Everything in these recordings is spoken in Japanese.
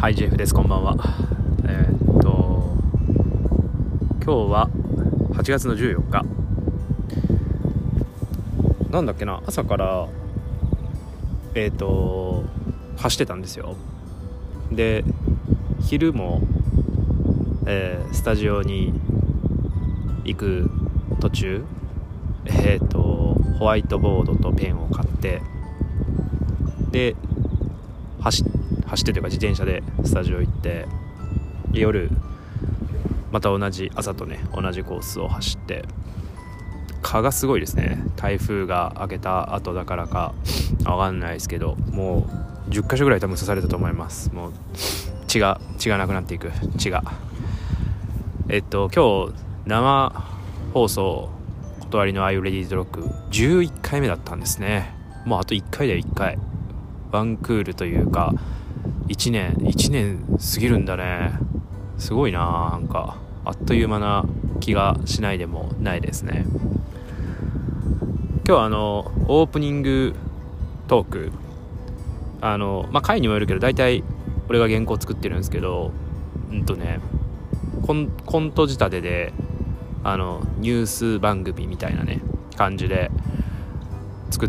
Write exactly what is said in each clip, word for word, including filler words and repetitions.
はい、ジェフです。こんばんは。えー、っと今日ははちがつのじゅうよっか、なんだっけな、朝からえー、っと走ってたんですよ。で、昼も、えー、スタジオに行く途中、えー、っとホワイトボードとペンを買って、で走走ってというか自転車でスタジオ行って、夜また同じ朝とね同じコースを走って、蚊がすごいですね。台風が明けた後だからかわかんないですけど、もうじゅっかしょぐらい多分刺されたと思います。もう血が血がなくなっていく。血がえっと今日生放送断りのAre You Ready to Rockじゅういっかいめだったんですね。もうあといっかいでいっかいワンクールというかいちねんいちねん過ぎるんだね。すごいな。なんかあっという間な気がしないでもないですね。今日はあのオープニングトーク、あのまあ回にもよるけど大体俺が原稿作ってるんですけど、うんとねコン、コント仕立てであのニュース番組みたいなね感じで作って、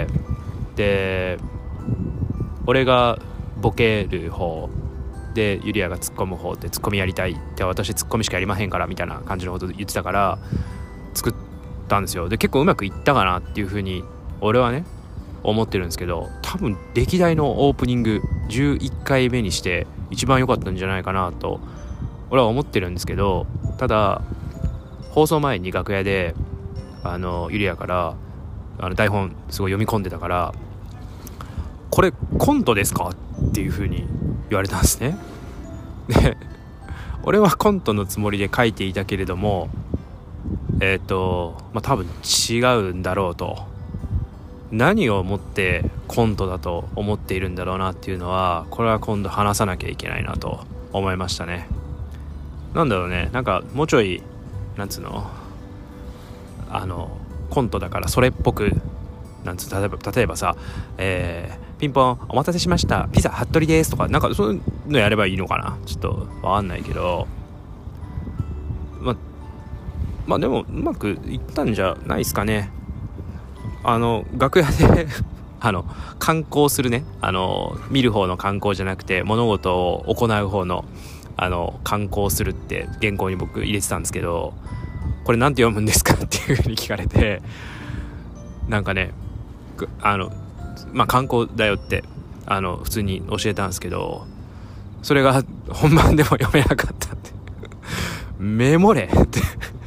で俺がボケる方でユリアが突っ込む方で、突っ込みやりたいって、私突っ込みしかやりまへんからみたいな感じのこと言ってたから作ったんですよ。で結構うまくいったかなっていう風に俺はね思ってるんですけど、多分歴代のオープニングじゅういっかいめにして一番良かったんじゃないかなと俺は思ってるんですけど、ただ放送前に楽屋であのユリアからあの台本すごい読み込んでたから、これコントですかっていう風に言われたんですね。で俺はコントのつもりで書いていたけれども、えっとまあ多分違うんだろうと、何をもってコントだと思っているんだろうなっていうのは、これは今度話さなきゃいけないなと思いましたね。なんだろうね、なんかもうちょいなんつうの、あのコントだからそれっぽく、なんつう例えば例えばさ、えーピンポンお待たせしましたピザ服部ですとか、なんかそういうのやればいいのかな、ちょっとわかんないけど、ままあでもうまくいったんじゃないですかね。あの楽屋であの観光するね、あの見る方の観光じゃなくて物事を行う方のあの観光するって原稿に僕入れてたんですけど、これなんて読むんですかっていう風に聞かれて、なんかねあのまあ観光だよってあの普通に教えたんですけど、それが本番でも読めなかったってメモれって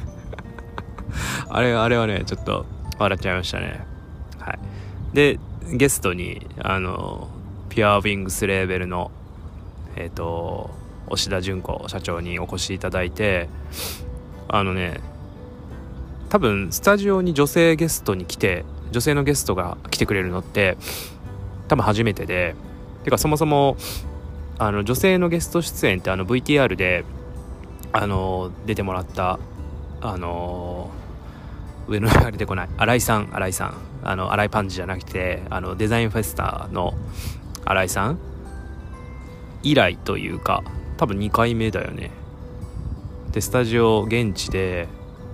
あれあれはねちょっと笑っちゃいましたね。はい。でゲストにあのピュアウィングスレーベルのえっと押田純子社長にお越しいただいて、あのね多分スタジオに女性ゲストに来て女性のゲストが来てくれるのって多分初めてで、てかそもそもあの女性のゲスト出演ってあの ブイティーアール であの出てもらったあの上のが出てこない新井さん新井さんあの新井パンチじゃなくてあのデザインフェスタの新井さん以来というか多分にかいめだよね。でスタジオ現地で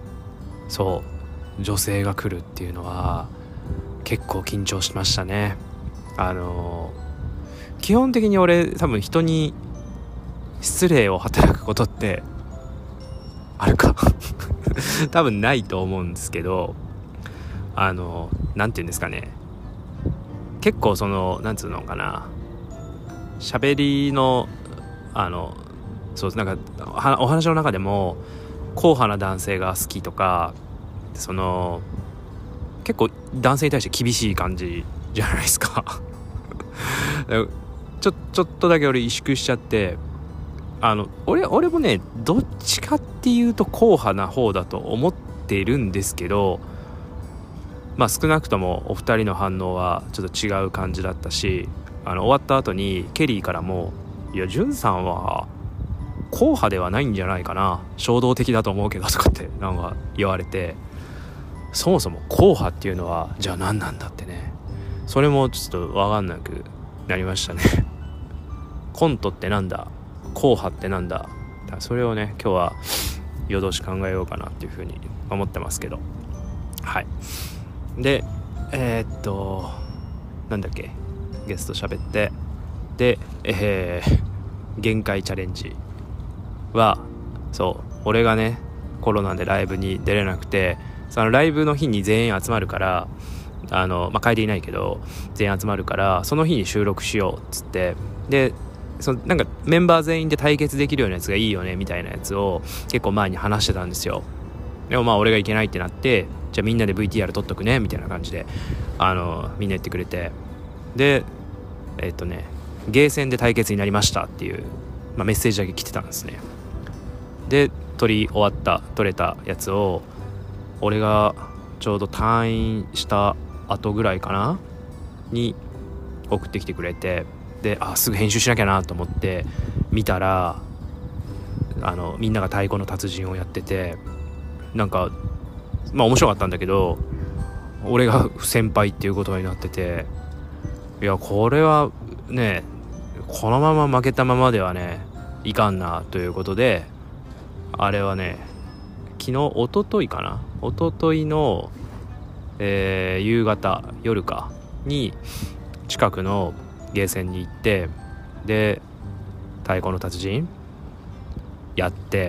そう女性が来るっていうのは結構緊張しましたね。あの基本的に俺多分人に失礼を働くことってあるか多分ないと思うんですけど、あのなんていうんですかね、結構そのなんつうのかな、喋りのあのそうなんかお話の中でも硬派な男性が好きとか、その結構男性に対して厳しい感じじゃないですかちょちょっとだけ俺萎縮しちゃって、あの俺俺もねどっちかっていうと硬派な方だと思っているんですけど、まあ少なくともお二人の反応はちょっと違う感じだったし、あの終わった後にケリーからもいやジュンさんは硬派ではないんじゃないかな、衝動的だと思うけどとかってなんか言われて、そもそも硬派っていうのはじゃあ何なんだってね、それもちょっと分かんなくなりましたねコントってなんだ、硬派ってなんだ、それをね今日は夜通し考えようかなっていうふうに思ってますけど、はい。でえー、っとなんだっけ、ゲスト喋って、で、えー、限界チャレンジは、そう俺がねコロナでライブに出れなくて、そのライブの日に全員集まるから、あのまあ楓いないけど全員集まるから、その日に収録しようっつって、でそのなんかメンバー全員で対決できるようなやつがいいよねみたいなやつを結構前に話してたんですよ。でもまあ俺がいけないってなって、じゃあみんなで ブイティーアール 撮っとくねみたいな感じで、あのみんな言ってくれて、でえっとねゲーセンで対決になりましたっていう、まあ、メッセージだけ来てたんですね。で撮り終わった撮れたやつを俺がちょうど退院した後ぐらいかなに送ってきてくれて、であすぐ編集しなきゃなと思って見たら、あのみんなが太鼓の達人をやってて、なんかまあ面白かったんだけど、俺が先輩っていうことになってて、いやこれはねこのまま負けたままではねいかんなということで、あれはね昨日一昨日かな一昨日の、えー、夕方夜かに近くのゲーセンに行って、で太鼓の達人やって、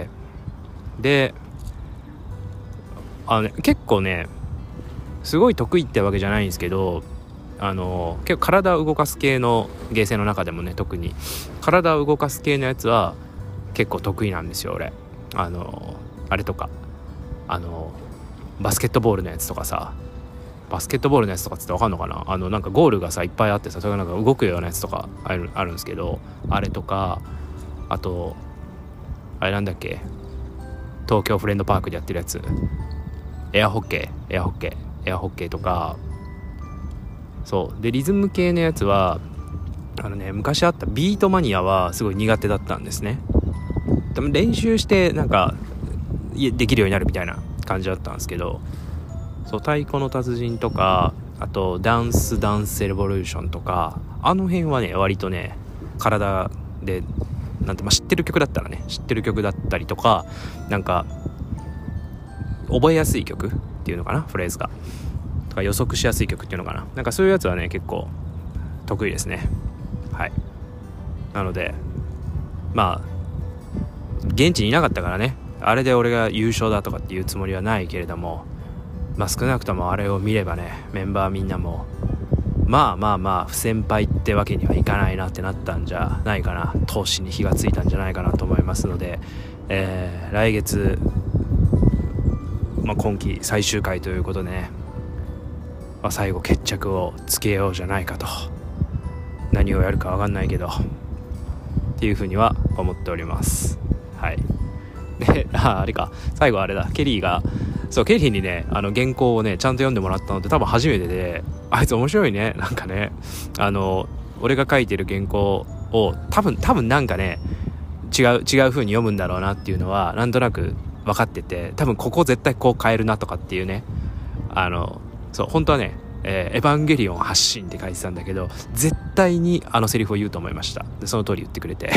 であの、ね、結構ねすごい得意ってわけじゃないんですけど、あの結構体を動かす系のゲーセンの中でもね、特に体を動かす系のやつは結構得意なんですよ俺。あのあれとかあのバスケットボールのやつとかさ、バスケットボールのやつとかって分かんのかな、あのなんかゴールがさいっぱいあってさ、それがなんか動くようなやつとかある、あるんですけど、あれとか、あとあれなんだっけ、東京フレンドパークでやってるやつ、エアホッケーエアホッケーエアホッケーとか、そうでリズム系のやつはあのね昔あったビートマニアはすごい苦手だったんですね。でも練習してなんかできるようになるみたいな感じだったんですけど、そう太鼓の達人とか、あとダンスダンスレボリューションとか、あの辺はね割とね体でなんて、まあ、知ってる曲だったらね知ってる曲だったりとか、なんか覚えやすい曲っていうのかな、フレーズがとか予測しやすい曲っていうのかな、なんかそういうやつはね結構得意ですね。はい。なのでまあ現地にいなかったからね、あれで俺が優勝だとかっていうつもりはないけれども、まあ少なくともあれを見ればねメンバーみんなもまあまあまあ不先輩ってわけにはいかないなってなったんじゃないかな、闘志に火がついたんじゃないかなと思いますので、えー、来月、まあ、今季最終回ということでね、まあ、最後決着をつけようじゃないかと、何をやるか分かんないけどっていうふうには思っております。はい。で、あ、あれか、最後あれだ、ケリーがそうケリーにねあの原稿をねちゃんと読んでもらったのって多分初めてで、あいつ面白いね、なんかね、あの俺が書いてる原稿を多分多分なんかね違う違う風に読むんだろうなっていうのはなんとなく分かってて、多分ここ絶対こう変えるなとかっていうね、あのそう本当はね、えー、エヴァンゲリオン発信って書いてたんだけど、絶対にあのセリフを言うと思いました。でその通り言ってくれて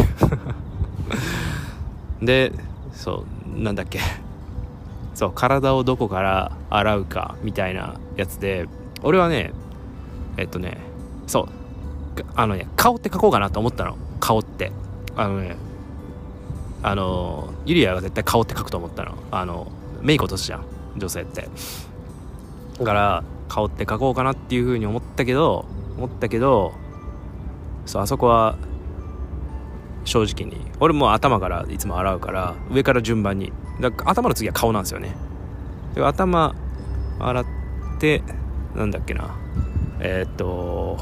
でそうなんだっけ、そう体をどこから洗うかみたいなやつで、俺はねえっとねそうあのね顔って書こうかなと思ったの。顔ってあのねあのユリアが絶対顔って書くと思ったの。あのメイク落とすじゃん女性って、だから顔って書こうかなっていう風に思ったけど思ったけどそうあそこは正直に俺も頭からいつも洗うから上から順番に、だから頭の次は顔なんですよね。で頭洗ってなんだっけなえー、っと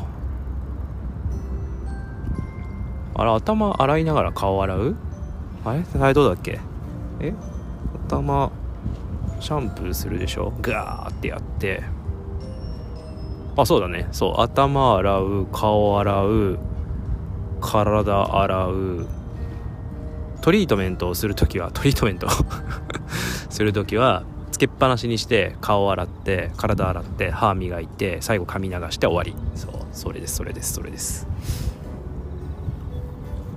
あれ頭洗いながら顔洗うあれあれどうだっけ、え頭シャンプーするでしょ、ガーってやって、あそうだね、そう頭洗う顔洗う体洗う、トリートメントをするときはトリートメントするときはつけっぱなしにして顔洗って体洗って歯磨いて最後髪流して終わり。そうそれですそれですそれです。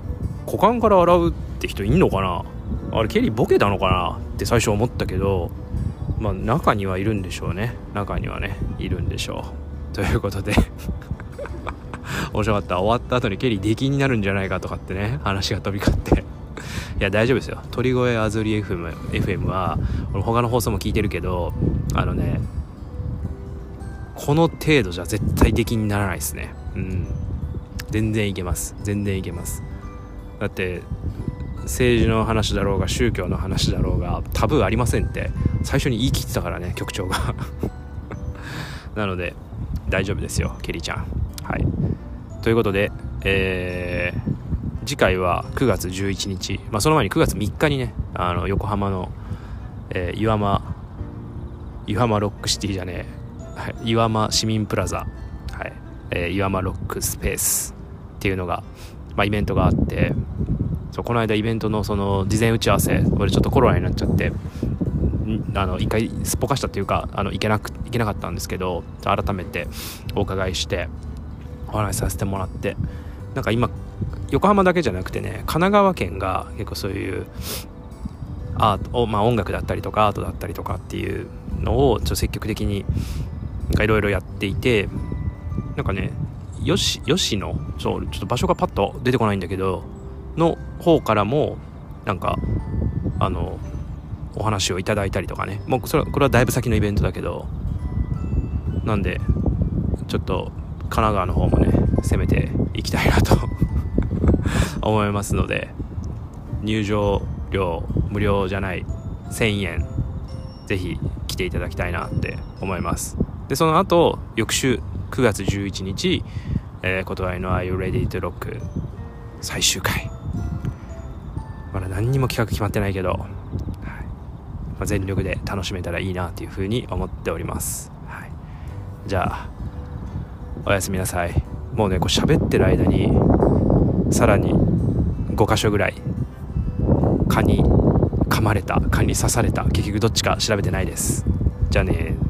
股間から洗うって人いんのかな。あれケリーボケたのかなって最初思ったけど、まあ中にはいるんでしょうね。中にはねいるんでしょう。ということで面白かった。終わった後にケリー出禁になるんじゃないかとかってね話が飛び交っていや大丈夫ですよ。鳥越あずり エフエム, エフエム は俺他の放送も聞いてるけど、あのねこの程度じゃ絶対出禁にならないですね。うん全然いけます全然いけます。だって政治の話だろうが宗教の話だろうがタブーありませんって最初に言い切ってたからね局長がなので大丈夫ですよケリちゃん。はいということで、えー、次回はくがつじゅういちにち、まあ、その前にくがつみっかにねあの横浜の、えー、岩間岩間ロックシティじゃねえ、はい、岩間市民プラザ、はいえー、岩間ロックスペースっていうのが、まあ、イベントがあって、そうこの間イベントのその事前打ち合わせ俺ちょっとコロナになっちゃってあの一回すっぽかしたっていうかあの行けなく行けなかったんですけど、改めてお伺いしてお話しさせてもらって、なんか今横浜だけじゃなくてね神奈川県が結構そういうアート、まあ、音楽だったりとかアートだったりとかっていうのをちょっと積極的にいろいろやっていて、なんかねよしよしのそうちょっと場所がパッと出てこないんだけどの方からもなんかあのお話をいただいたりとかね、もうそれこれはだいぶ先のイベントだけど、なんでちょっと神奈川の方もね攻めていきたいなと思いますので、入場料無料じゃないせんえんぜひ来ていただきたいなって思います。でその後翌週くがつじゅういちにち、えー、断りの Are You Ready to Rock 最終回、まだ何にも企画決まってないけど、はいまあ、全力で楽しめたらいいなというふうに思っております、はい、じゃあおやすみなさい。もうねこう喋ってる間にさらにごかしょぐらい蚊に噛まれた蚊に刺された、結局どっちか調べてないです。じゃあね。